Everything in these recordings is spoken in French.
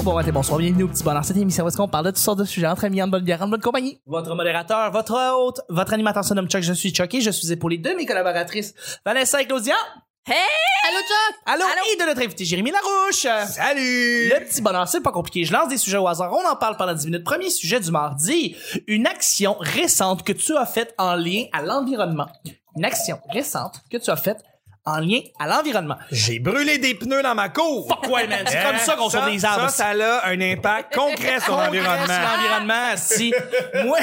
bon matin, bonsoir, bienvenue au Petit Bonheur. Cette émission où est-ce qu'on parle de toutes sortes de sujets entre amis, en bonne bière, en bonne compagnie. Votre modérateur, votre hôte, votre animateur se nomme Chuck, je suis Chuck et je suis épaulé de mes collaboratrices Vanessa et Claudia. Hey! Allô, Chuck! Allô, et de notre invité Jérémy Larouche. Salut! Le Petit Bonheur, c'est pas compliqué. Je lance des sujets au hasard. On en parle pendant 10 minutes. Premier sujet du mardi. Une action récente que tu as faite en lien à l'environnement. Une action récente que tu as faite en lien à l'environnement. J'ai brûlé des pneus dans ma cour. Fuck ouais, man. C'est comme ça qu'on sauve les arbres. Ça a un impact concret sur l'environnement. Sur l'environnement, si. Moi,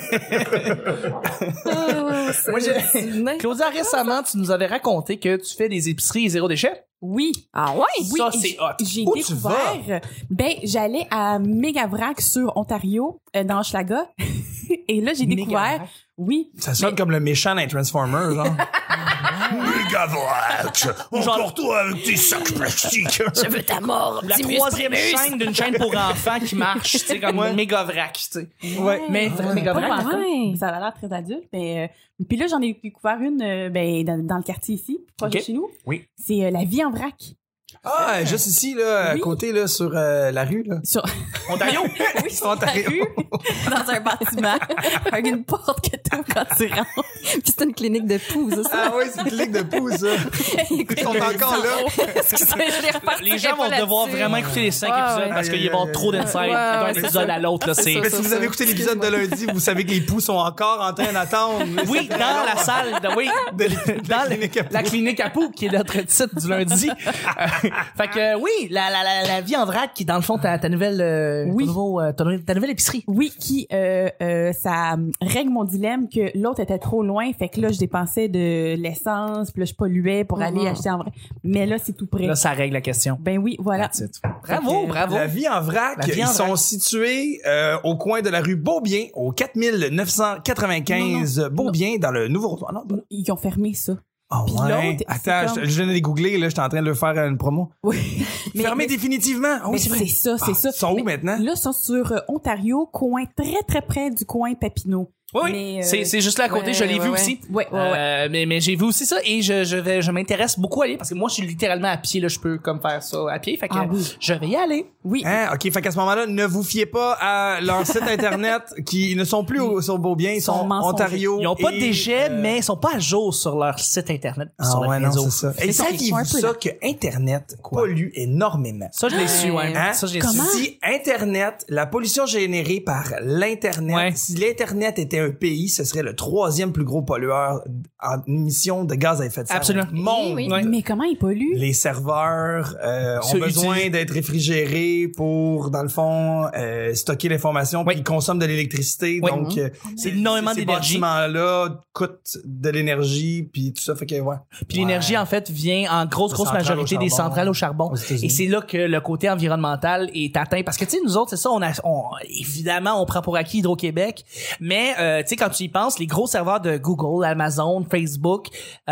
Claudia, récemment, tu nous avais raconté que tu fais des épiceries zéro déchet. Oui. Ah ouais? Oui, ça, c'est hot. J'ai Où découvert. J'allais à Megavrac sur Ontario, dans Hochelaga. Et là, j'ai découvert. Oui. Ça sonne comme le méchant dans Transformers, genre. Megavrac! Encore toi avec tes sacs plastiques! Je veux ta mort. La troisième chaîne d'une chaîne pour enfants qui marche, tu sais, comme Megavrac, tu sais. Ouais. Mais Megavrac, ouais. Ça a l'air très adulte. Mais, puis là, j'en ai découvert une dans le quartier ici, proche de chez nous. Oui. C'est La vie en vrac. Ah, juste ici, là, à côté, là, sur la rue, là. Sur Ontario? Oui, sur la rue, dans un bâtiment, avec une porte que t'ouvres quand tu rentres. Puis c'est une clinique de poux, ça. Ah oui, c'est une clinique de poux, ça. Ils sont encore là. Les gens vont devoir vraiment écouter les 5 épisodes parce qu'il va y avoir trop d'insight d'un épisode à l'autre, là. Mais si vous avez écouté l'épisode de lundi, vous savez que les poux sont encore en train d'attendre. Oui, dans la salle, dans la clinique à poux, qui est notre titre du lundi. Fait que oui, la vie en vrac qui est dans le fond ta nouvelle ta nouvelle épicerie. Oui, qui ça règle mon dilemme que l'autre était trop loin, fait que là je dépensais de l'essence, puis là je polluais pour aller acheter en vrac. Mais là c'est tout près. Là ça règle la question. Ben oui, voilà. Bravo. La vie en vrac, ils sont situés au coin de la rue Beaubien, au 4995 Beaubien, dans le Nouveau. Ils ont fermé ça. Oh ouais. Attends, je viens de les googler, là, j'étais en train de leur faire une promo. Oui. Fermé définitivement. Oh, c'est vrai. C'est ça. Ils sont où maintenant? Là, ils sont sur Ontario, coin très très près du coin Papineau. Oui, mais, c'est juste là à côté, je l'ai vu aussi. Ouais. Mais j'ai vu aussi ça et je m'intéresse beaucoup à aller parce que moi je suis littéralement à pied là, je peux comme faire ça à pied, fait que je vais y aller. Oui. Hein, OK, fait qu'à ce moment-là, ne vous fiez pas à leur site internet qui ne sont plus sur Beaubien, ils sont Ontario. Ils ont pas de déchets mais ils sont pas à jour sur leur site internet sur le réseau. Non, c'est ça. Et saviez-vous ça que internet pollue énormément? Ça je l'ai su, ouais. Hein? Ça je l'ai su. Si internet, la pollution générée par l'internet, si l'internet était un pays, ce serait le 3e plus gros pollueur en émissions de gaz à effet de serre. Absolument. Monde. Oui. Mais comment ils polluent? Les serveurs ont besoin d'être réfrigérés pour, dans le fond, stocker l'information, puis ils consomment de l'électricité. Oui. Donc, c'est énormément d'énergie. Ces bâtiments-là coûtent de l'énergie, puis tout ça fait que, Puis l'énergie, en fait, vient en grosse majorité des centrales au charbon. Et c'est là que le côté environnemental est atteint. Parce que, tu sais, nous autres, c'est ça, évidemment, on prend pour acquis Hydro-Québec, mais, tu sais, quand tu y penses, les gros serveurs de Google, Amazon, Facebook,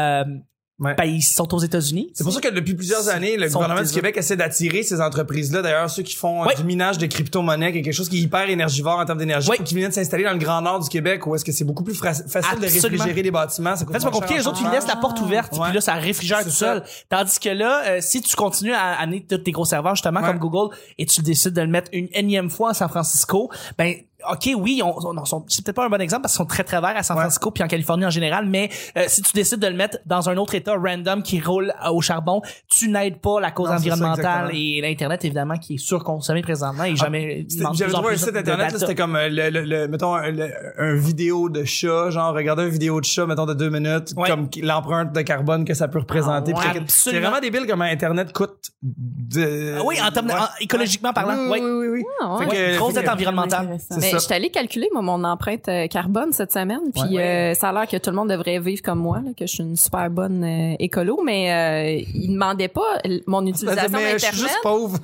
ils sont aux États-Unis. C'est pour ça que depuis plusieurs années, le gouvernement du Québec essaie d'attirer ces entreprises-là. D'ailleurs, ceux qui font du minage de crypto-monnaies, quelque chose qui est hyper énergivore en termes d'énergie, qui viennent de s'installer dans le Grand Nord du Québec, où est-ce que c'est beaucoup plus facile de réfrigérer les bâtiments. Ça coûte c'est pas compliqué. Les autres, ils laissent la porte ouverte, puis là, ça réfrigère tout seul. Tandis que là, si tu continues à amener tous tes gros serveurs, justement, comme Google, et tu décides de le mettre une énième fois à San Francisco, OK, oui, c'est peut-être pas un bon exemple parce qu'ils sont très très verts à San Francisco puis en Californie en général, mais si tu décides de le mettre dans un autre état random qui roule au charbon, tu n'aides pas la cause environnementale et l'internet évidemment qui est surconsommé présentement et jamais j'avais trouvé un site internet là, c'était comme mettons un vidéo de chat, genre regarder une vidéo de chat mettons de 2 minutes comme l'empreinte de carbone que ça peut représenter. C'est vraiment débile comment internet coûte en termes écologiquement parlant. Oui. Fait que grosse dette environnementale. Mais je suis allée calculer mon empreinte carbone cette semaine, puis ça a l'air que tout le monde devrait vivre comme moi, là, que je suis une super bonne écolo, mais ils demandaient pas mon utilisation d'internet. Je suis juste pauvre.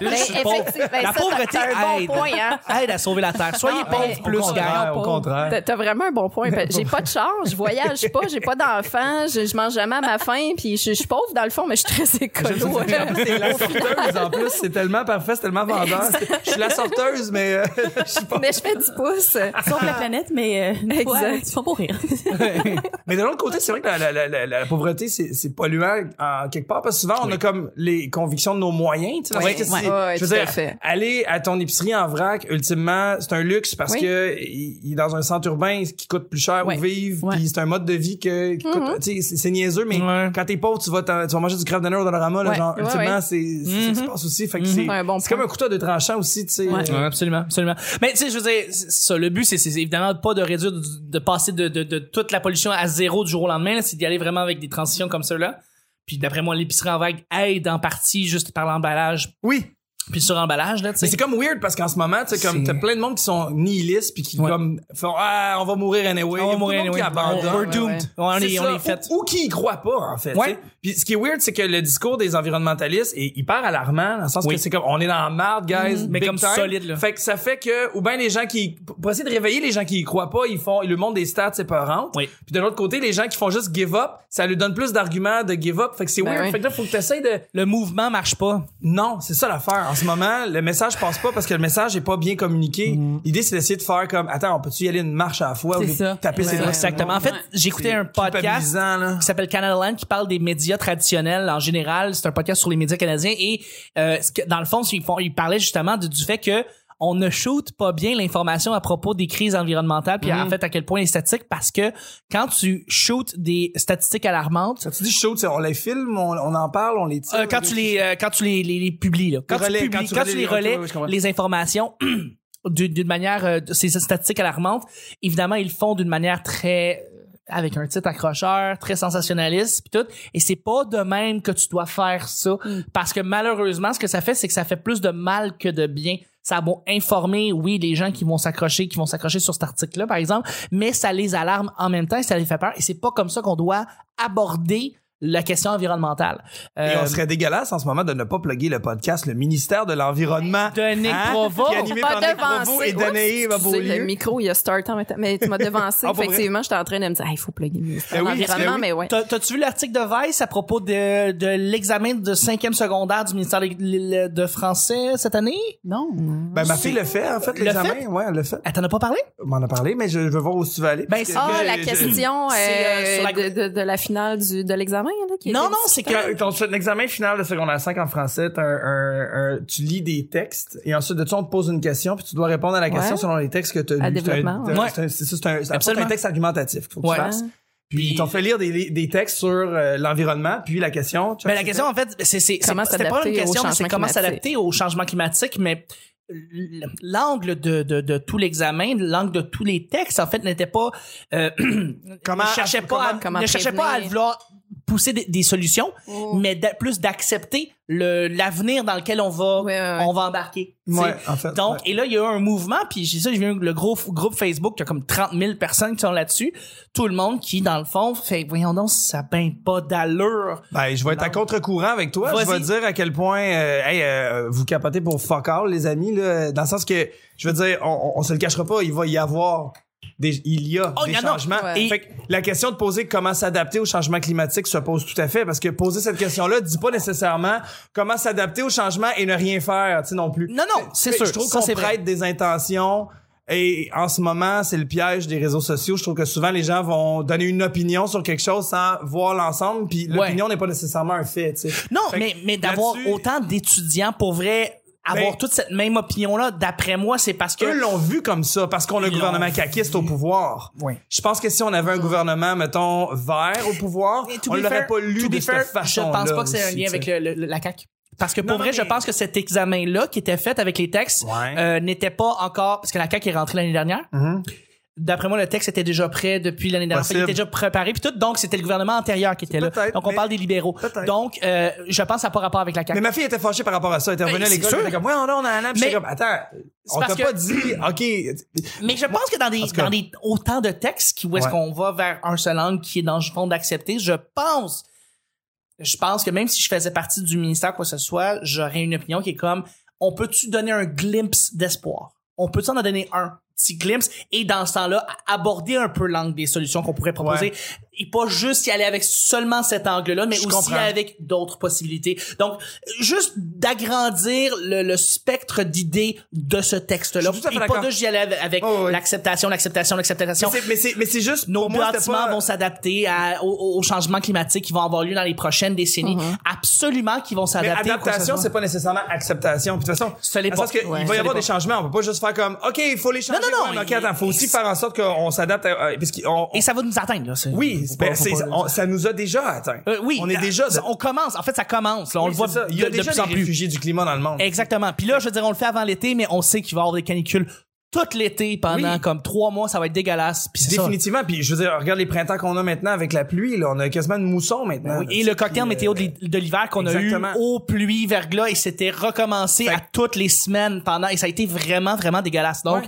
La pauvreté aide à sauver la terre. Soyez pauvres plus, gars. Au contraire. T'as vraiment un bon point. J'ai pas de char, je voyage pas, j'ai pas d'enfants, je mange jamais à ma faim, puis je suis pauvre dans le fond, mais je suis très écolo. La sorteuse en plus, c'est tellement parfait, c'est tellement vendeur. Je suis la sorteuse, mais je suis pas. je fais 10 pouces. Sauve la planète, mais exact. Tu vas mourir. Mais de l'autre côté, c'est vrai que la pauvreté, c'est polluant en quelque part, parce que souvent, on a comme les convictions de nos moyens. Tu sais, je veux dire, aller à ton épicerie en vrac, ultimement, c'est un luxe parce que il est dans un centre urbain qui coûte plus cher où vivre, puis c'est un mode de vie qui coûte, tu sais, c'est niaiseux, mais quand t'es pauvre, tu vas manger du Kraft Dinner au Dollarama, là, genre, ultimement, c'est ça qui se passe aussi. Fait que c'est comme un couteau de tranchant aussi, tu sais. Absolument. Mais tu sais, je veux dire, ça, le but, c'est évidemment pas de réduire, de passer de toute la pollution à zéro du jour au lendemain, là, c'est d'y aller vraiment avec des transitions comme ceux-là. Puis d'après moi, l'épicerie en vrac aide en partie juste par l'emballage. Oui. Puis sur l'emballage, là, tu sais. Mais c'est comme weird parce qu'en ce moment, tu sais, comme t'as plein de monde qui sont nihilistes puis qui comme font on va mourir anyway. On va mourir anyway. Qui abandonne. We're doomed. On est fait. Ou qui y croient pas, en fait. Puis ce qui est weird, c'est que le discours des environnementalistes est hyper alarmant, dans le sens que c'est comme on est dans la merde, guys. Mais comme solide, là. Fait que ça fait que, ou bien les gens qui, pour essayer de réveiller les gens qui y croient pas, ils le monde des stats épeurantes. Oui. Puis de l'autre côté, les gens qui font juste give up, ça lui donne plus d'arguments de give up. Fait que c'est weird. Fait que là, faut que t'essayes de... Le mouvement marche pas. Non, c'est ça l'affaire. En ce moment, le message passe pas parce que le message est pas bien communiqué. L'idée, c'est d'essayer de faire comme, attends, on peut-tu y aller une marche à la fois ou taper ses doigts? Exactement. En fait, j'écoutais un podcast qui s'appelle Canada Land qui parle des médias traditionnels en général. C'est un podcast sur les médias canadiens et dans le fond, ils parlaient justement du fait que on ne shoot pas bien l'information à propos des crises environnementales puis en fait à quel point les statistiques, parce que quand tu shootes des statistiques alarmantes, quand tu dis shoot, on les filme, on en parle, on les tire, quand tu les publies là, quand tu les relais les informations d'une manière ces statistiques alarmantes, évidemment ils le font d'une manière très avec un titre accrocheur, très sensationnaliste pis tout, et c'est pas de même que tu dois faire ça parce que malheureusement ce que ça fait, c'est que ça fait plus de mal que de bien. Ça va informer, oui, les gens qui vont s'accrocher sur cet article-là, par exemple, mais ça les alarme en même temps et ça les fait peur. Et c'est pas comme ça qu'on doit aborder la question environnementale. Et on serait dégueulasse en ce moment de ne pas plugger le podcast Le ministère de l'Environnement de Nick Provo, qui est animé par Nick Provo et Danae Beaulieu. Le micro, il a start en même temps, mais tu m'as devancé. Effectivement, j'étais en train de me dire, il faut plugger le ministère de l'Environnement, mais ouais. T'as-tu vu l'article de Vice à propos de l'examen de 5e secondaire du ministère de français cette année? Non. Ben, ma fille le fait, en fait, l'examen. Ouais, elle le fait. Elle t'en a pas parlé? On m'en a parlé, mais je veux voir où tu vas aller. Ben, la question de la finale de l'examen. Non, c'est que ton examen final de secondaire 5 en français, tu lis des textes et ensuite de ça on te pose une question puis tu dois répondre à la question selon les textes que tu as lus. C'est un texte argumentatif qu'il faut que tu fasses. Puis ils t'ont fait lire des textes sur l'environnement, puis la question. Ben la question en fait, c'était pas une question, c'est comment s'adapter au changement climatique, mais l'angle de tout l'examen, l'angle de tous les textes en fait n'était pas ne cherchait pas à vouloir pousser des solutions, mais plus d'accepter l'avenir dans lequel on va embarquer. Ouais, en fait, donc, et là, il y a eu un mouvement, puis j'ai vu le gros groupe Facebook, qui a comme 30 000 personnes qui sont là-dessus. Tout le monde qui, dans le fond, fait, voyons donc, ça peint pas d'allure. Ben, je vais être à contre-courant avec toi. Vas-y. Je vais te dire à quel point, vous capotez pour fuck all, les amis, là, dans le sens que, je veux dire, on se le cachera pas, il va y avoir des changements. Ouais. Fait que la question de poser comment s'adapter au changement climatique se pose tout à fait, parce que poser cette question-là dit pas nécessairement comment s'adapter au changement et ne rien faire, tu sais, non plus. Non, c'est sûr. Je trouve qu'on prête des intentions. Et en ce moment, c'est le piège des réseaux sociaux. Je trouve que souvent, les gens vont donner une opinion sur quelque chose sans voir l'ensemble, puis l'opinion n'est pas nécessairement un fait, tu sais. Non, mais d'avoir autant d'étudiants, pour vrai, avoir toute cette même opinion-là, d'après moi, c'est parce que... Eux l'ont vu comme ça, parce qu'on a un gouvernement caquiste au pouvoir. Oui. Je pense que si on avait un gouvernement, mettons, vert au pouvoir, on l'aurait pas lu de cette façon-là. Je pense pas que c'est un lien avec la CAQ. Parce que pour vrai, je pense que cet examen-là, qui était fait avec les textes, n'était pas encore... Parce que la CAQ est rentrée l'année dernière. D'après moi, le texte était déjà prêt depuis l'année dernière. Il était déjà préparé puis tout. Donc, c'était le gouvernement antérieur qui était là. Donc, on parle des libéraux. Donc, je pense que ça n'a pas rapport avec la CAQ. Mais ma fille était fâchée par rapport à ça. Elle était revenue à l'école. Elle était comme, ouais, on a un an. Puis j'étais comme, attends, on t'a pas dit, OK. Mais je pense que dans des autant de textes où est-ce qu'on va vers un seul angle qui est dans le fond d'accepter, je pense que même si je faisais partie du ministère, quoi que ce soit, j'aurais une opinion qui est comme, on peut-tu donner un glimpse d'espoir? On peut-tu en donner un? petit glimpse et dans ce temps-là aborder un peu l'angle des solutions qu'on pourrait proposer et pas juste y aller avec seulement cet angle-là mais aussi avec d'autres possibilités. Donc juste d'agrandir le spectre d'idées de ce texte-là et pas juste y aller avec l'acceptation. Mais c'est juste nos bâtiments vont s'adapter aux changements climatiques qui vont avoir lieu dans les prochaines décennies. Absolument qu'ils vont s'adapter. Mais adaptation, c'est pas nécessairement acceptation. Puis de toute façon, parce qu'il va y avoir des changements. On peut pas juste faire comme OK, il faut les changer. Non, OK, attends, faut aussi faire en sorte qu'on s'adapte et ça va nous atteindre là. Oui, ça nous a déjà atteint. Oui, on est déjà on commence. En fait, ça commence. Là, on le voit il y a déjà des réfugiés du climat dans le monde. Exactement. Puis là, je veux dire, on le fait avant l'été, mais on sait qu'il va y avoir des canicules tout l'été pendant comme 3 mois, ça va être dégueulasse. Puis définitivement. Puis je veux dire, regarde les printemps qu'on a maintenant avec la pluie. Là, on a quasiment une mousson maintenant. Oui. Et le cocktail météo de l'hiver qu'on a eu eau, pluie, verglas, et c'était recommencé à toutes les semaines pendant, et ça a été vraiment, vraiment dégueulasse. Donc,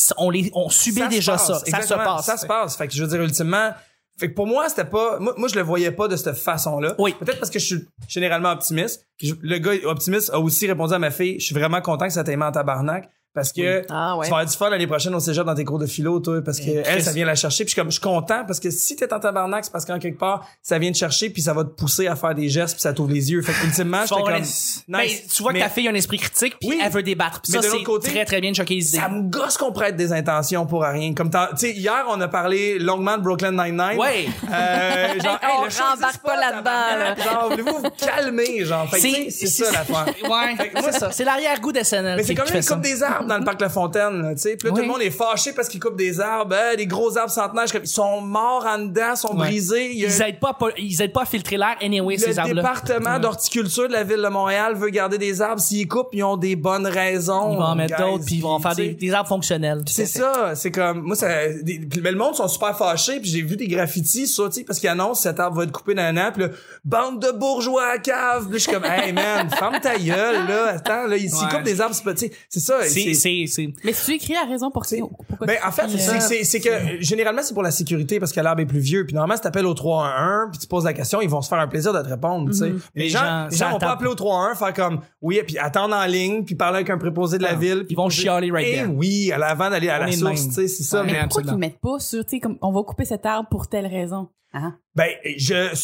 on subit déjà ça. Ça se passe. Ça se passe. Fait que je veux dire, ultimement, fait que pour moi, c'était pas, moi, je le voyais pas de cette façon-là. Oui. Peut-être parce que je suis généralement optimiste. Le gars optimiste a aussi répondu à ma fille, je suis vraiment content que ça t'ait mis en tabarnak. Parce que tu vas avoir du fun l'année prochaine au cégep dans tes cours de philo, toi, parce que elle, ça vient la chercher. Puis je suis content parce que si t'es en tabarnak, c'est parce qu'en quelque part, ça vient te chercher puis ça va te pousser à faire des gestes puis ça t'ouvre les yeux. Fait qu'ultimement, j'étais comme nice. Mais tu vois que ta fille a un esprit critique puis elle veut débattre. Puis ça, c'est très, très bien de choquer les idées. Ça me gosse qu'on prête des intentions pour rien. Comme tu sais, hier, on a parlé longuement de Brooklyn Nine-Nine. Ouais. Genre, on rembarque pas là-dedans, là. Genre, voulez-vous vous calmer, genre. Fait que c'est ça, l'affaire. Ouais. C'est ça. C'est l'arrière-goût d'SNL. Mais c'est comme une coupe des arbres dans le parc La Fontaine. Tu sais, puis là, tout le monde est fâché parce qu'ils coupent des arbres, des gros arbres centenaires, ils sont morts en dedans, sont brisés. Ils aident pas à filtrer l'air anyway, ces arbres-là. Le département d'horticulture de la ville de Montréal veut garder des arbres. S'ils coupent, ils ont des bonnes raisons. Ils vont en mettre d'autres puis ils vont faire des arbres fonctionnels. C'est ça, c'est comme moi mais le monde sont super fâchés puis j'ai vu des graffitis ça, tu sais, parce qu'ils annoncent cet arbre va être coupé dans un an, puis là, bande de bourgeois à cave. Puis je suis comme hey man, ferme ta gueule là, attends là, s'ils coupent des arbres, c'est ça. Mais tu écris la raison pour ça. Ben, en fait, c'est que, généralement, c'est pour la sécurité parce que l'arbre est plus vieux. Puis normalement, si t'appelles au 311 puis tu poses la question, ils vont se faire un plaisir de te répondre, tu sais. Les gens vont pas appeler au 311, faire comme, oui, puis attendre en ligne, puis parler avec un préposé de la ville. Ils vont chialer right there. Oui, avant d'aller à la source, tu sais, c'est ça. Mais pourquoi qu'ils mettent pas sur, tu sais, comme, on va couper cet arbre pour telle raison? Ben, je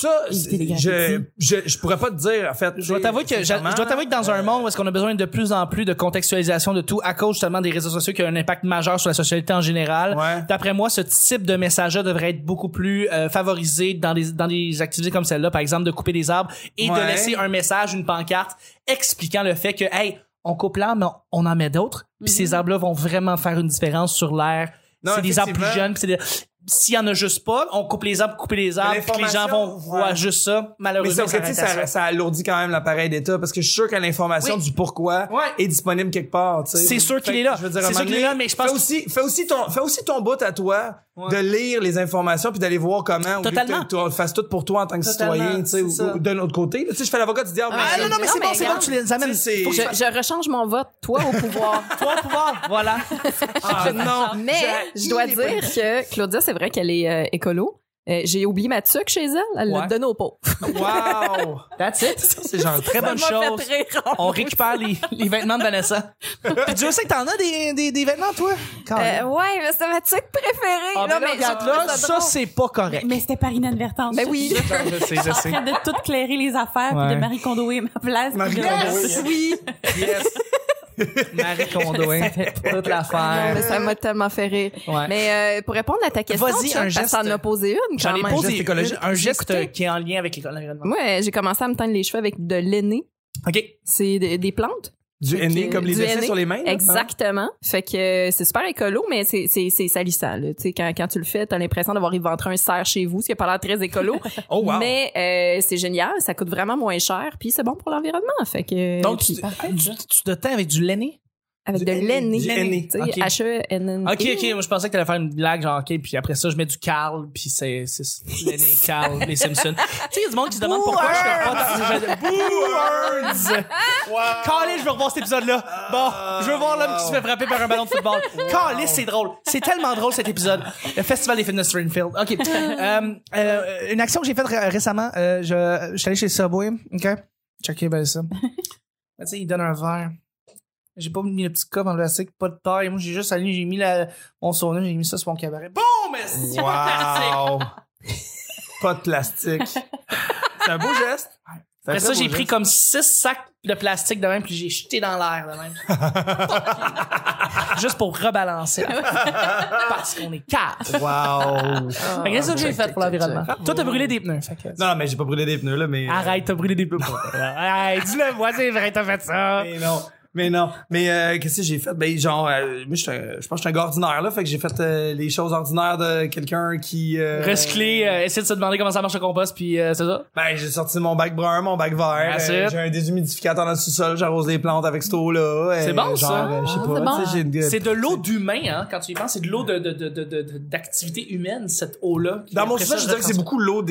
pourrais pas te dire, en fait. Je dois t'avouer que dans un monde où est-ce qu'on a besoin de plus en plus de contextualisation de tout à cause justement des réseaux sociaux qui ont un impact majeur sur la société en général. D'après moi, ce type de message-là devrait être beaucoup plus favorisé dans des activités comme celle-là, par exemple de couper des arbres et de laisser un message, une pancarte expliquant le fait que hey, on coupe l'arbre, mais on en met d'autres. Puis ces arbres-là vont vraiment faire une différence sur l'air. C'est des arbres plus jeunes, puis s'il y en a juste pas, on coupe les arbres, puis les gens vont voir juste ça. Malheureusement, ça alourdit quand même l'appareil d'État parce que je suis sûr que l'information du pourquoi est disponible quelque part, tu sais. C'est sûr qu'il est là. C'est sûr qu'il est là, mais je pense fais aussi ton bout à toi de lire les informations puis d'aller voir comment Totalement. tu fasses tout pour toi en tant que citoyen, tu sais, ou d'un autre côté. Tu sais, je fais l'avocat du diable. Non, mais c'est bon que tu les amènes. Je rechange mon vote, toi au pouvoir. Toi au pouvoir, voilà. Non. Mais je dois dire que Claudia, c'est vrai qu'elle est écolo. J'ai oublié ma tuque chez elle. Elle l'a donnée aux pauvres. Wow! That's it. C'est genre une très bonne chose. On récupère les vêtements de Vanessa. Puis Dieu sait que t'en as des vêtements, toi? Ouais, mais c'est ma tuque préférée. Ah, mais regarde là, ça, c'est pas correct. Mais c'était par inadvertance. Ben oui. Je sais. En train de tout clairer les affaires puis de Marie Kondoé ma place. Marie Kondoé. Oui. Yes. Marie Kondo, hein. Toute l'affaire. Mais ça m'a tellement fait rire. Ouais. Mais pour répondre à ta question, vas-y, un geste. T'en as posé une. J'en ai posé un geste qui est en lien avec l'environnement. Ouais, j'ai commencé à me teindre les cheveux avec de l'aîné. OK. C'est des plantes. Du henné, comme les dessins sur les mains? Là, exactement. Fait que c'est super écolo, mais c'est salissant, là. Tu sais, quand tu le fais, t'as l'impression d'avoir inventé un cerf chez vous, ce qui a pas l'air très écolo. Oh, wow. Mais c'est génial, ça coûte vraiment moins cher, puis c'est bon pour l'environnement. Fait que donc, tu te teins avec du l'aîné? Avec de l'aîné. Okay. H-E-N-N. OK. Moi, je pensais que t'allais faire une blague, genre, OK, puis après ça, je mets du Carl, puis c'est l'aîné Carl, les Simpsons. Tu sais, il y a du monde qui se demande pourquoi je fais pas Boomers! Wow! Calais, je veux revoir cet épisode-là. Bon, je veux voir l'homme qui se fait frapper par un ballon de football. Calais, c'est drôle. C'est tellement drôle, cet épisode. Le Festival des Fitness Springfield. OK. Une action que j'ai faite récemment, je suis allé chez Subway, OK? Checkez bien ça. Tu sais, il donne un verre. J'ai pas mis le petit coffre en plastique, pas de taille. Moi, j'ai juste allé, j'ai mis mon sauna, j'ai mis ça sur mon cabaret. Boum! Mais Wow! Pas de plastique. C'est un beau geste. Après ça, j'ai pris comme 6 sacs de plastique de même, puis j'ai jeté dans l'air de même. Juste pour rebalancer. Parce qu'on est quatre. Wow! Qu'est-ce que j'ai fait pour l'environnement? Toi, t'as brûlé des pneus. Non, mais j'ai pas brûlé des pneus, là, mais... Arrête, t'as brûlé des pneus. Arrête, dis-le, moi, c'est vrai, t'as fait ça. Mais non. Mais qu'est-ce que j'ai fait? Ben genre, moi, je pense que je suis un gars ordinaire, là. Fait que j'ai fait les choses ordinaires de quelqu'un qui... Recycler, essayer de se demander comment ça marche le compost, puis c'est ça? Ben, j'ai sorti mon bac brun, mon bac vert. J'ai un déshumidificateur dans le sous-sol. J'arrose les plantes avec cette eau-là. C'est bon, ça? Je sais c'est pas. bon. C'est de l'eau d'humain, hein, quand tu y penses. C'est de l'eau d'activité humaine, cette eau-là. Dans mon sous-sol, je dirais que c'est beaucoup l'eau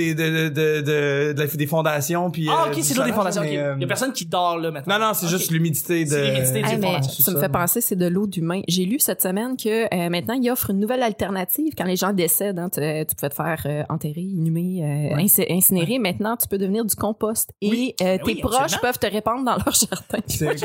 des fondations. Puis, ok, c'est l'eau des fondations. Okay. Il y a personne qui dort là maintenant. Non, c'est juste l'humidité de... Ça me fait penser, c'est de l'eau d'humain. J'ai lu cette semaine que maintenant, ils offrent une nouvelle alternative. Quand les gens décèdent, hein, tu pouvais te faire enterrer, inhumer, incinérer. Maintenant, tu peux devenir du compost. Et tes proches peuvent te répandre dans leur jardin.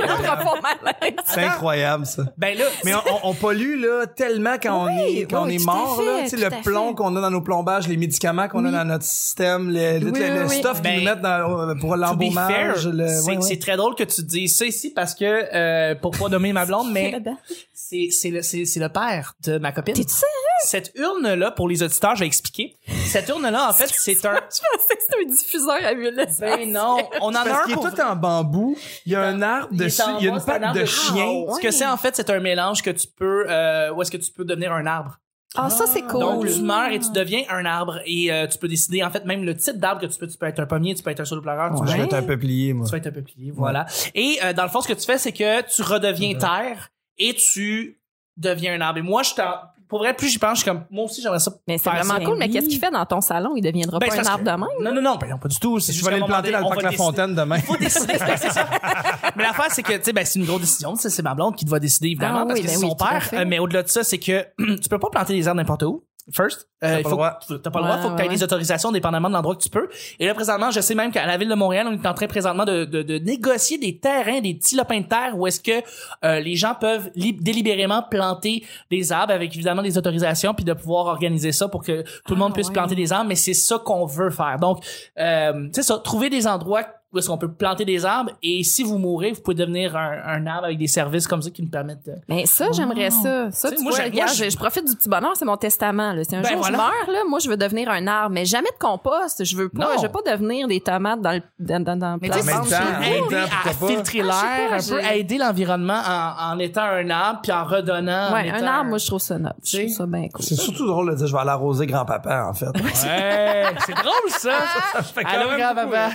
C'est incroyable, ça. Ben là, mais on pollue là tellement quand on est mort. Là, tu sais, le plomb qu'on a dans nos plombages, les médicaments qu'on a dans notre système, le stuff qu'ils nous mettent pour l'embaumage. C'est très drôle que tu dises ça ici parce que pour pas nommer ma blonde, mais c'est le père de ma copine. T'es sérieux? Cette urne-là, pour les auditeurs, je vais expliquer. Cette urne-là, en fait, c'est un... Je pensais que c'était un diffuseur à huile. Ben non, on en a un parce qu'il est tout en bambou. Il y a un arbre dessus. Il y a une patte de chien. Ce que c'est, en fait, c'est un mélange que tu peux... où est-ce que tu peux devenir un arbre? Ah, ça, c'est cool. Donc, tu meurs et tu deviens un arbre. Et tu peux décider, en fait, même le type d'arbre que tu peux être un pommier, tu peux être un saule-pleureur. Je vais être un peuplier, moi. Tu vas être un peuplier, voilà. Et dans le fond, ce que tu fais, c'est que tu redeviens terre et tu deviens un arbre. Et moi, pour vrai, plus j'y pense, je suis comme, moi aussi, j'aimerais ça. Mais c'est vraiment cool, mais qu'est-ce qu'il fait dans ton salon? Il deviendra pas un arbre de même? Non, ben non, pas du tout. C'est juste vais aller le planter dans le parc La Fontaine demain. Il faut décider, c'est ça. Mais l'affaire, c'est que, tu sais, c'est une grosse décision. C'est ma blonde qui va décider, évidemment, parce que c'est son père. Mais au-delà de ça, c'est que tu peux pas planter des arbres n'importe où. First, t'as pas le droit, faut que tu aies des autorisations dépendamment de l'endroit que tu peux. Et là, présentement, je sais même qu'à la ville de Montréal, on est en train présentement de négocier des terrains, des petits lopins de terre où est-ce que les gens peuvent délibérément planter des arbres avec évidemment des autorisations puis de pouvoir organiser ça pour que tout le monde puisse planter des arbres. Mais c'est ça qu'on veut faire. Donc, c'est ça, trouver des endroits où est-ce qu'on peut planter des arbres et si vous mourrez, vous pouvez devenir un arbre avec des services comme ça qui nous permettent de... Mais ça, j'aimerais ça. Ça, tu vois, regarde, je profite du petit bonheur, c'est mon testament. Là. Si un jour je meurs, là, moi, je veux devenir un arbre, mais jamais de compost. Je veux pas devenir des tomates dans le mais tu sais, aider à filtrer l'air, un peu aider l'environnement en étant un arbre puis en redonnant. Ouais, un arbre, moi, je trouve ça noble. Je trouve ça bien cool. C'est surtout drôle de dire, je vais aller arroser grand-papa, en fait. Ouais, c'est drôle, ça. Allô, grand-papa.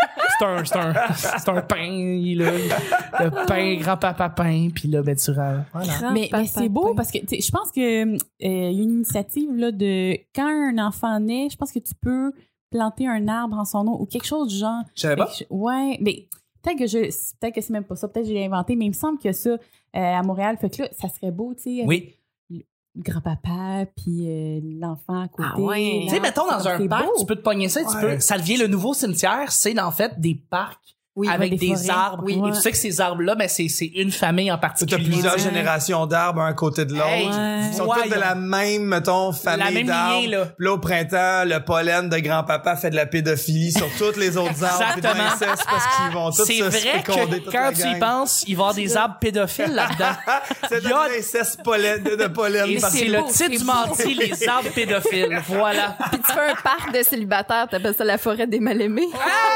C'est un pain, là. Le pain, grand-papa pain, puis là, ben, tu voilà. Mais c'est beau parce que je pense que y a une initiative là de quand un enfant naît, je pense que tu peux planter un arbre en son nom ou quelque chose du genre. Je savais pas. Ouais, mais peut-être que c'est même pas ça, peut-être que je l'ai inventé, mais il me semble que ça à Montréal, fait que là, ça serait beau, tu sais. Oui. Grand-papa puis l'enfant à côté. Ah ouais. Tu sais, mettons dans un parc, tu peux te pogner ça, ça devient le nouveau cimetière, c'est en fait des parcs avec des arbres. Oui. Et tu sais que ces arbres-là, ben c'est une famille en particulier. Tu as plusieurs générations d'arbres un côté de l'autre. Ils sont tous de la même, mettons, famille d'arbres. Puis là, au printemps, le pollen de grand-papa fait de la pédophilie sur tous les autres arbres et de l'inceste parce qu'ils vont tous se féconder. C'est vrai que quand tu y penses, il va y avoir des arbres pédophiles là-dedans. C'est de l'inceste de pollen. Et c'est le titre du menti, les arbres pédophiles. Voilà. Puis tu fais un parc de célibataires, t'appelles ça la forêt des mal-aimés.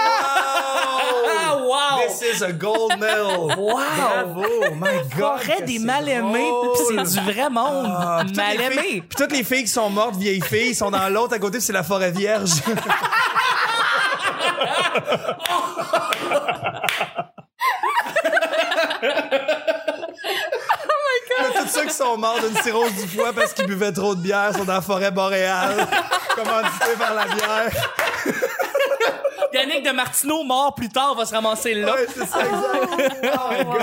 Wow! This is a gold medal. Wow! Bravo! My God! Forêt des mal-aimés, pis c'est du vrai monde. Mal-aimé. Puis toutes les filles qui sont mortes, vieilles filles, sont dans l'autre à côté, c'est la forêt vierge. Tous ceux qui sont morts d'une cirrhose du foie parce qu'ils buvaient trop de bière sont dans la forêt boréale, commandités par la bière. Yannick de Martineau, mort plus tard, va se ramasser là. Ouais, c'est ça, exact.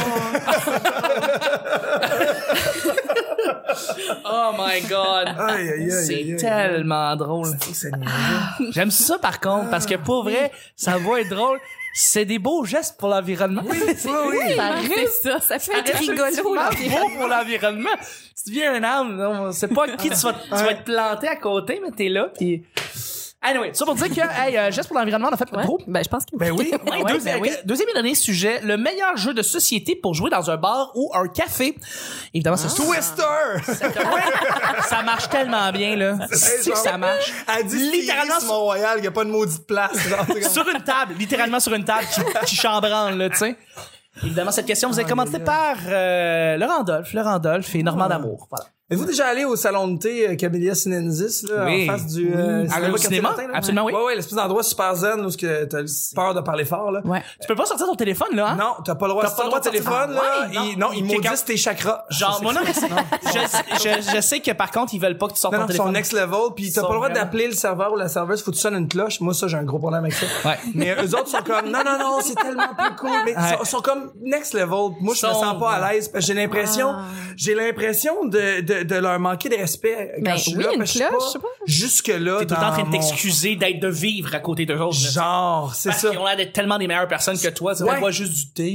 Oh my God. C'est tellement drôle. J'aime ça par contre, parce que pour vrai, ça va être drôle. c'est des beaux gestes pour l'environnement. Oui. Ça fait être rigolo. Beau pour l'environnement. Tu deviens un arbre, on sait pas qui tu vas te planter à côté, mais t'es là, pis... Anyway, ça pour dire que, geste pour l'environnement, on a fait le gros. Ben, je pense que oui. Deuxième et dernier sujet, le meilleur jeu de société pour jouer dans un bar ou un café. Évidemment, c'est Twister! Ça marche tellement bien, là. C'est que ça marche. Elle dit littéralement sur Mont-Royal, il n'y a pas de maudite place. Sur une table, littéralement sur une table qui chambranle, là, tu sais. Évidemment, cette question vous est commentée par le Randolph et Normand d'Amour. Voilà. Êtes-vous déjà allé au salon de thé Camellia Sinensis, là, oui. en face du cinéma? Martin, Absolument, oui. Ouais, l'espèce d'endroit super zen où t'as peur de parler fort, là. Ouais. Tu peux pas sortir ton téléphone, là, hein? Non, t'as pas le droit de sortir ton téléphone, là. Ils maudissent tes chakras. Genre, moi, non, mais je sais que par contre, ils veulent pas que tu sortes ton téléphone. Son next level, pis t'as pas le droit d'appeler le serveur ou la serveuse, faut que tu sonnes une cloche. Moi, ça, j'ai un gros problème avec ça. Ouais. Mais eux autres sont comme, non, c'est tellement plus cool. Mais ils sont comme next level. Moi, je me sens pas à l'aise parce que j'ai l'impression de leur manquer de respect quand je suis là. Une cloche, je sais pas. Jusque-là. T'es tout le temps en train de t'excuser de vivre à côté d'eux autres. Genre, c'est ça. Ils ont l'air d'être tellement des meilleures personnes que toi. Tu vois juste du thé.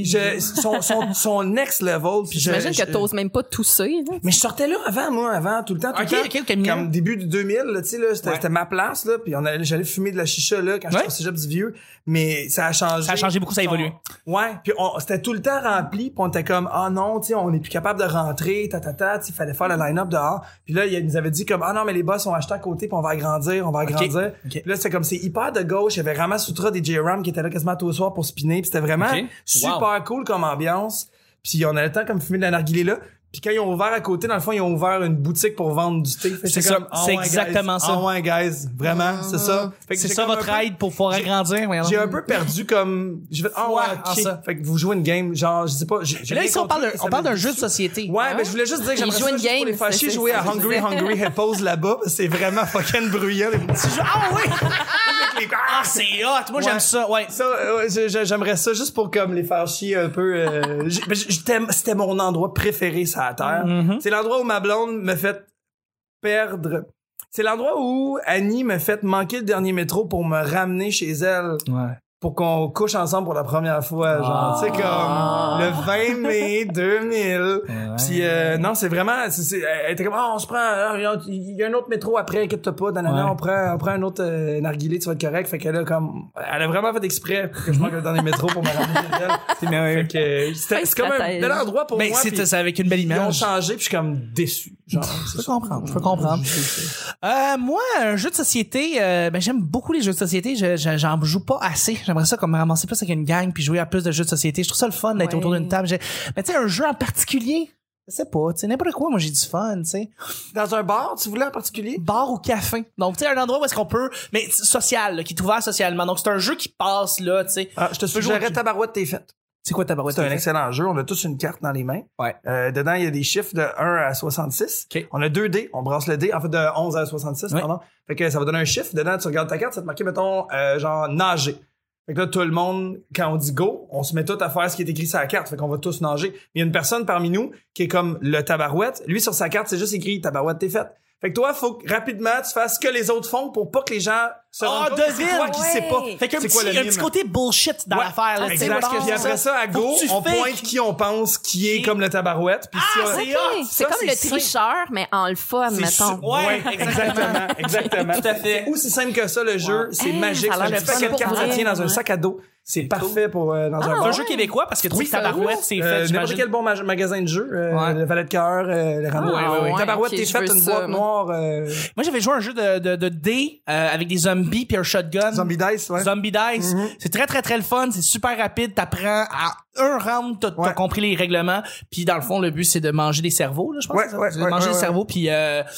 Son next level. Puis j'imagine que t'oses même pas tousser. Là. Mais je sortais là avant, tout le temps. Comme début du 2000, là, tu sais, là, c'était ma place, là, puis j'allais fumer de la chicha, là, quand j'étais au cégep du Vieux. Mais ça a changé. Ça a changé beaucoup, ça a évolué. Ouais. Puis c'était tout le temps rempli, puis on était comme, non, tu sais, on est plus capable de rentrer, tu sais, fallait faire le line-up dehors. Puis là, il nous avait dit comme, non, mais les boss ont acheté à côté, puis on va agrandir. Okay. Puis là, c'était comme, c'est hyper de gauche. Il y avait Rama Sutra des J-Ram qui étaient là quasiment tous les soirs pour spinner, puis c'était vraiment super cool comme ambiance. Puis on avait le temps comme fumer de la narguilé là. Puis quand ils ont ouvert à côté, dans le fond, ils ont ouvert une boutique pour vendre du thé. C'est ça. C'est exactement ça. Ah ouais, guys. Vraiment, c'est ça. Fait que c'est ça votre aide pour pouvoir agrandir. J'ai un peu perdu comme, ça. Fait que vous jouez une game, genre, je sais pas. Là, ici, on parle d'un jeu de société. Ouais, mais je voulais juste dire que j'aimerais ça juste pour les fâchés jouer à Hungry Hippos là-bas. C'est vraiment fucking bruyant. Ah oui! Ah, c'est hot! Moi, j'aime ça, ouais. Ça, j'aimerais ça juste pour comme les faire chier un peu. C'était mon endroit préféré sur la terre. Mm-hmm. C'est l'endroit où ma blonde me fait perdre. C'est l'endroit où Annie me fait manquer le dernier métro pour me ramener chez elle. Ouais. Pour qu'on couche ensemble pour la première fois, genre, tu sais, comme le 20 mai 2000. Ouais. Puis non, c'est vraiment, elle était comme, on se prend, il y a un autre métro après, inquiète-toi pas, on prend un autre narguilé, tu vas être correct. Fait qu'elle a vraiment fait exprès que je manque le dernier métro pour me ramener chez elle. Fait que c'est comme un bel endroit pour moi. C'est avec une belle image. Ils ont changé, puis je suis comme déçu. Genre, je peux comprendre. Moi, un jeu de société, j'aime beaucoup les jeux de société. J'en joue pas assez. J'aimerais ça comme me ramasser plus avec une gang puis jouer à plus de jeux de société. Je trouve ça le fun d'être autour d'une table. Mais tu sais, un jeu en particulier, je sais pas, tu sais, n'importe quoi, moi j'ai du fun, tu sais. Dans un bar, tu voulais en particulier? Bar ou café. Donc, tu sais, un endroit où est-ce qu'on peut, mais social, là, qui est ouvert socialement. Donc, c'est un jeu qui passe, là, tu sais. Je te suggérerais Tabarouette T'es faite. C'est quoi Tabarouette? C'est un excellent jeu. On a tous une carte dans les mains. Ouais. Dedans, il y a des chiffres de 1 à 66. Okay. On a 2 dés. On brasse le dé. En fait, de 11 à 66, pardon. Fait que ça va donner un chiffre. Dedans, tu regardes ta carte, ça te marque, mettons, genre, nager. Fait que là, tout le monde, quand on dit go, on se met tout à faire ce qui est écrit sur la carte. Fait qu'on va tous nager. Mais il y a une personne parmi nous qui est comme le Tabarouette. Lui, sur sa carte, c'est juste écrit Tabarouette T'es faite. Fait que toi, faut que rapidement tu fasses ce que les autres font pour pas que les gens se rendent compte que c'est toi qui sais pas. Fait qu'un petit côté bullshit dans l'affaire. Là, exact. Puis après ça, à go, on pointe qui on pense qui est comme le Tabarouette. Puis c'est comme le tricheur, mais en le fun, mettons. Ouais, exactement. Tout à fait. Ou si simple que ça, le jeu, c'est magique. Un paquet de cartes, ça tient dans un sac à dos. C'est parfait pour dans un jeu québécois parce que tu sais Tabarouette c'est fait n'importe quel bon magasin de jeux le Valet de cœur le Rameau Tabarouette T'es faite une boîte noire moi j'avais joué un jeu de dés avec des zombies puis un shotgun Zombie Dice c'est très très très le fun, c'est super rapide, t'apprends à un round t'as compris les règlements, puis dans le fond le but c'est de manger des cerveaux là, je pense de manger des cerveaux, puis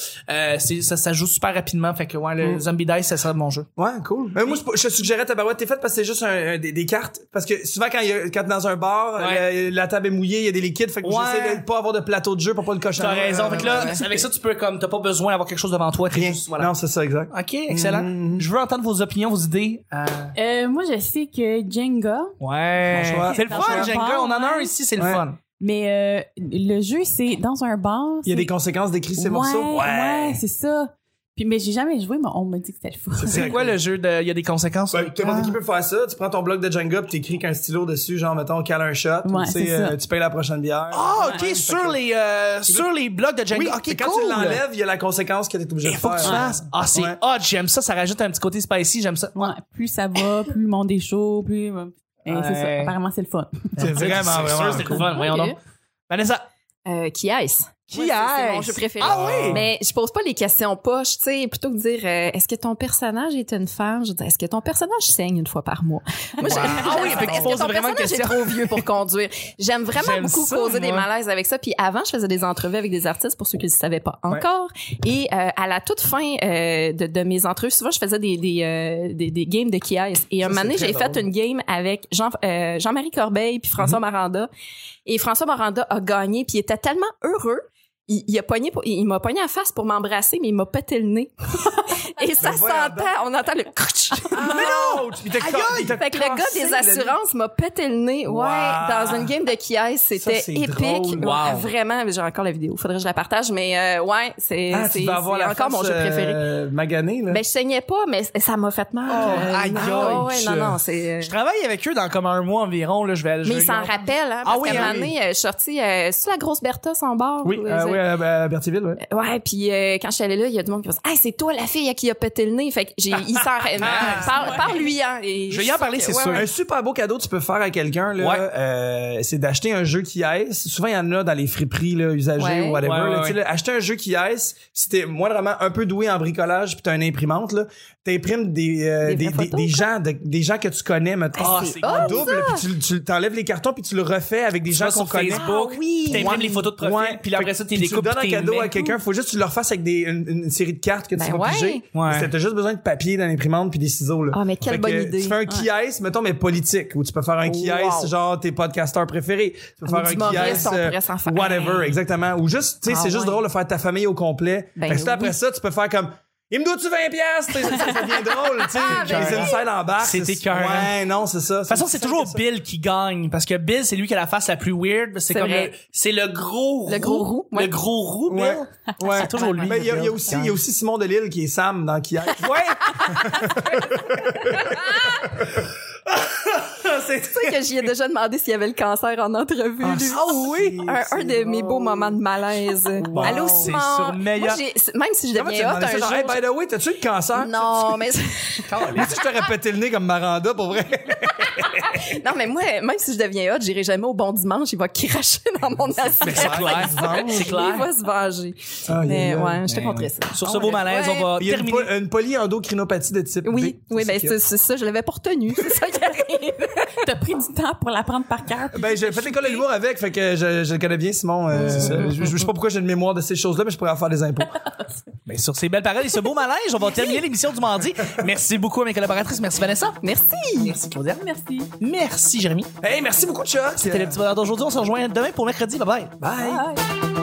ça joue super rapidement, fait que le Zombie Dice c'est ça mon jeu. Ouais, cool. Moi je te suggérais Tabarouette T'es faite parce que c'est juste des cartes, parce que souvent quand dans un bar la table est mouillée, il y a des liquides, fait que j'essaie de pas avoir de plateau de jeu pour pas le cocher. T'as raison, fait que là avec ça tu peux comme t'as pas besoin d'avoir quelque chose devant toi, rien. Juste, non, c'est ça, exact. OK, excellent. Je veux entendre vos opinions, vos idées. Moi je sais que Jenga. Ouais. C'est le fun Jenga, on en a un ici, c'est le fun. Mais le jeu c'est dans un bar. Il y a des conséquences d'écrire ces morceaux. Ouais, c'est ça. Puis, mais j'ai jamais joué, mais on m'a dit que c'était le fun. C'est quoi le jeu de, il y a des conséquences? N'importe qui peut faire ça. Tu prends ton bloc de Jenga pis t'écris qu'un stylo dessus, genre, mettons, cale un shot. Ouais, tu payes la prochaine bière. Ah, ok, sur les blocs de Jenga. Oui, ok, quand cool. tu l'enlèves, il y a la conséquence que t'es obligé de faut faire. que tu fasses. Ah, c'est hot, j'aime ça. Ça rajoute un petit côté spicy, j'aime ça. Ouais, plus ça va, plus le monde est chaud, plus... c'est ça. Apparemment, c'est le fun. C'est vraiment c'est le fun. Voyons donc. Vanessa. Qui est-ce? Qui c'est mon jeu préféré. Ah oui! Mais je pose pas les questions poches, tu sais, plutôt que de dire est-ce que ton personnage est une femme, je dis est-ce que ton personnage saigne une fois par mois. Moi, fait que tu poses vraiment une question. Est trop vieux pour conduire. J'aime vraiment beaucoup causer des malaises avec ça. Puis avant, je faisais des entrevues avec des artistes pour ceux qui ne le savaient pas encore. Et à la toute fin de mes entrevues, souvent je faisais des games de qui est. Et un moment donné, j'ai fait une game avec Jean-Marie Corbeil puis François Maranda. Et François Maranda a gagné, puis il était tellement heureux. Il m'a pogné à face pour m'embrasser, mais il m'a pété le nez. Et ça s'entend, on entend le crutch. Mais non! Fait que le gars des assurances m'a pété le nez. Ouais, dans une game de qui est, c'était épique. Wow. Vraiment, j'ai encore la vidéo. Faudrait que je la partage, mais ouais, c'est encore mon jeu préféré. Magané, là. Ben, je saignais pas, mais ça m'a fait mal. Non, c'est... Je travaille avec eux dans comme un mois environ, là, mais ils s'en rappellent, hein. Parce qu'à un moment donné, je suis sortie, c'est la grosse Bertha, son bar. Oui, à Berthierville, ouais. Ouais, puis quand je suis allée là, il y a du monde qui m'a dit « Hey, c'est toi la fille à qui a pété le nez! » Fait que il s'en parle-lui, hein. Je vais y en parler, c'est sûr. Un super beau cadeau que tu peux faire à quelqu'un, là, c'est d'acheter un jeu qui est. Souvent, il y en a dans les friperies, là, usagers ou whatever. Tu sais, acheter un jeu qui est, si t'es moindrement un peu doué en bricolage pis t'as une imprimante, là, t'imprimes des gens que tu connais, maintenant. C'est double, puis tu t'enlèves les cartons puis tu le refais avec des gens qu'on connaît. Facebook, t'imprimes les photos de profil, puis après ça, t'es découpes. Tu donnes un cadeau à quelqu'un, faut juste que tu le refasses avec une série de cartes que tu vas piger. T'as juste besoin de papier dans l'imprimante puis des ciseaux, là. Ah, mais quelle bonne idée. Tu fais un qui-est, mettons, mais politique, où tu peux faire un qui-est, genre tes podcasteurs préférés. Tu peux faire un qui-est, whatever, exactement. Ou juste, tu sais, c'est juste drôle de faire ta famille au complet. Fait que après ça, tu peux faire comme, il me doit-tu 20$? Ça devient drôle, tu sais. Les inside en bas. C'était cœur. Ouais, non, c'est ça. De toute façon, c'est toujours Bill qui gagne. Parce que Bill, c'est lui qui a la face la plus weird. C'est comme c'est le gros roux. Le gros roux. Le gros roux, Bill. Ouais. C'est toujours lui. Mais il y a aussi Simon Delille qui est Sam dans Qui est. Ouais. C'est ça que j'y ai déjà demandé s'il y avait le cancer en entrevue. Oui! Un de mes beaux moments de malaise. Allô, Simon? C'est sur meilleur. Moi, même si je deviens hot un jour... Hey, by the way, t'as-tu le cancer? Non, mais... Si je t'aurais pété le nez comme Maranda, pour vrai. Non, mais moi, même si je deviens hot, j'irai jamais au bon dimanche. Il va cracher dans mon assiette. C'est clair. C'est clair. Il va se venger. Mais ouais, je te montrerai ça. Sur ce beau malaise, on va terminer. Il y a une polyendocrinopathie de type B. Oui, ben c'est ça. Je l'avais pas retenu. C'est ça qui arrive. T'as pris du temps pour l'apprendre par cœur. Ben, j'ai fait l'école de l'humour avec, fait que je le connais bien, Simon. Je sais pas pourquoi j'ai une mémoire de ces choses-là, mais je pourrais en faire des impôts. Ben, sur ces belles paroles et ce beau malaise, on va terminer l'émission du mardi. Merci beaucoup à mes collaboratrices. Merci Vanessa. Merci. Merci Claudia. Merci. Merci Jérémy. Hey, merci beaucoup, Chuck. C'était le petit bonheur d'aujourd'hui. On se rejoint demain pour mercredi. Bye bye. Bye.